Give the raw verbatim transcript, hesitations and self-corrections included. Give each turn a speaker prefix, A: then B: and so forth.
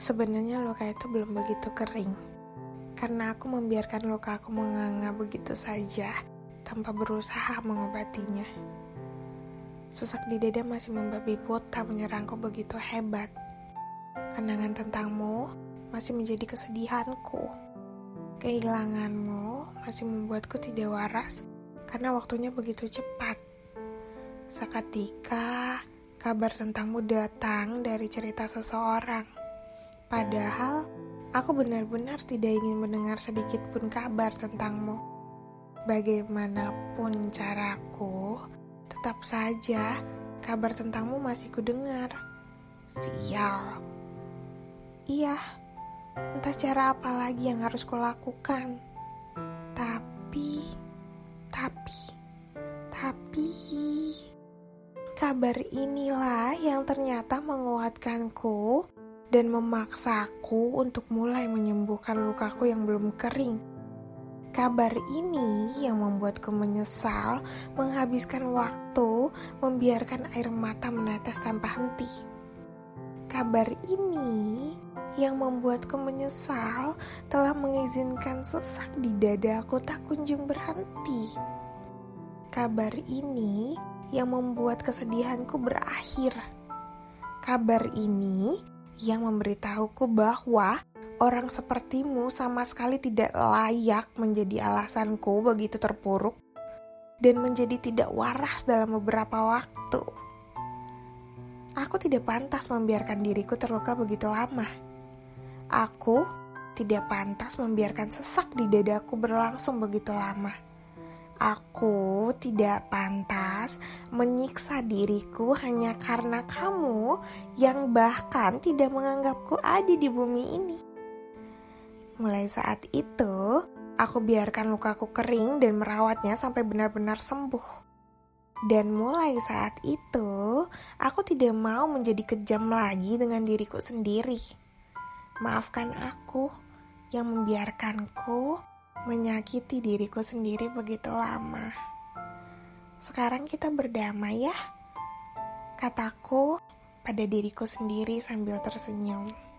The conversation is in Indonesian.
A: Sebenarnya luka itu belum begitu kering, karena aku membiarkan luka aku menganga begitu saja, tanpa berusaha mengobatinya. Sesak di dada masih membabi buta menyerangku begitu hebat. Kenangan tentangmu masih menjadi kesedihanku. Kehilanganmu masih membuatku tidak waras, karena waktunya begitu cepat. Seketika, kabar tentangmu datang dari cerita seseorang. Padahal, aku benar-benar tidak ingin mendengar sedikit pun kabar tentangmu. Bagaimanapun caraku, tetap saja kabar tentangmu masih kudengar. Sial. Iya, entah cara apa lagi yang harus kulakukan. Tapi, tapi, tapi... Kabar inilah yang ternyata menguatkanku dan memaksaku untuk mulai menyembuhkan lukaku yang belum kering. Kabar ini yang membuatku menyesal menghabiskan waktu membiarkan air mata menetes tanpa henti. Kabar ini yang membuatku menyesal telah mengizinkan sesak di dadaku tak kunjung berhenti. Kabar ini yang membuat kesedihanku berakhir. Kabar ini yang memberitahuku bahwa orang sepertimu sama sekali tidak layak menjadi alasanku begitu terpuruk dan menjadi tidak waras dalam beberapa waktu. Aku tidak pantas membiarkan diriku terluka begitu lama. Aku tidak pantas membiarkan sesak di dadaku berlangsung begitu lama. Aku tidak pantas menyiksa diriku hanya karena kamu yang bahkan tidak menganggapku ada di bumi ini. Mulai saat itu, aku biarkan lukaku kering dan merawatnya sampai benar-benar sembuh. Dan mulai saat itu, aku tidak mau menjadi kejam lagi dengan diriku sendiri. Maafkan aku yang membiarkanku menyakiti diriku sendiri begitu lama. Sekarang kita berdamai ya, kataku pada diriku sendiri sambil tersenyum.